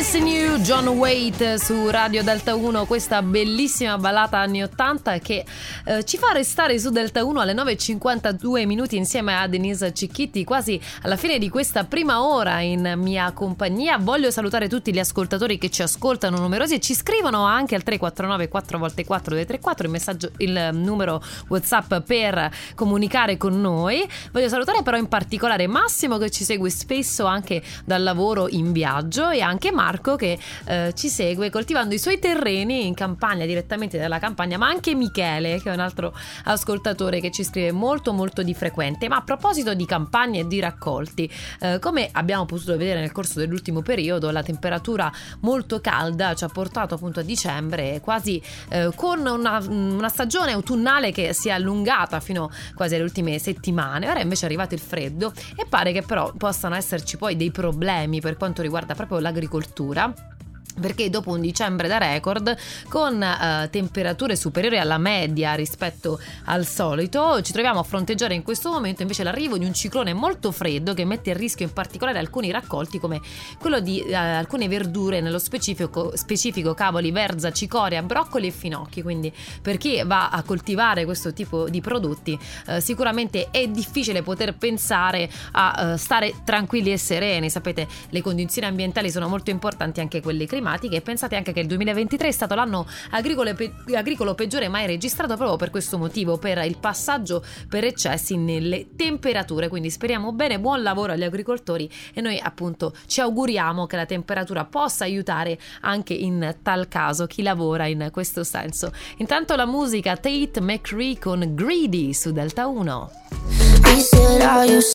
Missing You, John Waite su Radio Delta 1, questa bellissima ballata anni 80 che ci fa restare su Delta 1 alle 9:52 minuti insieme a Denise Cicchitti, quasi alla fine di questa prima ora in mia compagnia. Voglio salutare tutti gli ascoltatori che ci ascoltano, numerosi, e ci scrivono anche al 349 4x4 234 il numero WhatsApp per comunicare con noi. Voglio salutare però in particolare Massimo, che ci segue spesso anche dal lavoro in viaggio, e anche Marco che ci segue coltivando i suoi terreni in campagna, direttamente dalla campagna, ma anche Michele, che è un altro ascoltatore che ci scrive molto molto di frequente. Ma a proposito di campagne e di raccolti, come abbiamo potuto vedere nel corso dell'ultimo periodo, la temperatura molto calda ci ha portato appunto a dicembre quasi con una stagione autunnale che si è allungata fino quasi alle ultime settimane. Ora invece è arrivato il freddo e pare che però possano esserci poi dei problemi per quanto riguarda proprio l'agricoltura, perché dopo un dicembre da record con temperature superiori alla media rispetto al solito, ci troviamo a fronteggiare in questo momento invece l'arrivo di un ciclone molto freddo che mette a rischio in particolare alcuni raccolti, come quello di alcune verdure, nello specifico cavoli, verza, cicoria, broccoli e finocchi. Quindi per chi va a coltivare questo tipo di prodotti sicuramente è difficile poter pensare a stare tranquilli e sereni. Sapete, le condizioni ambientali sono molto importanti, anche quelle climatiche, e pensate anche che il 2023 è stato l'anno agricolo peggiore mai registrato proprio per questo motivo, per il passaggio per eccessi nelle temperature. Quindi speriamo bene, buon lavoro agli agricoltori, e noi appunto ci auguriamo che la temperatura possa aiutare anche in tal caso chi lavora in questo senso. Intanto la musica, Tate McRae con Greedy su Delta 1.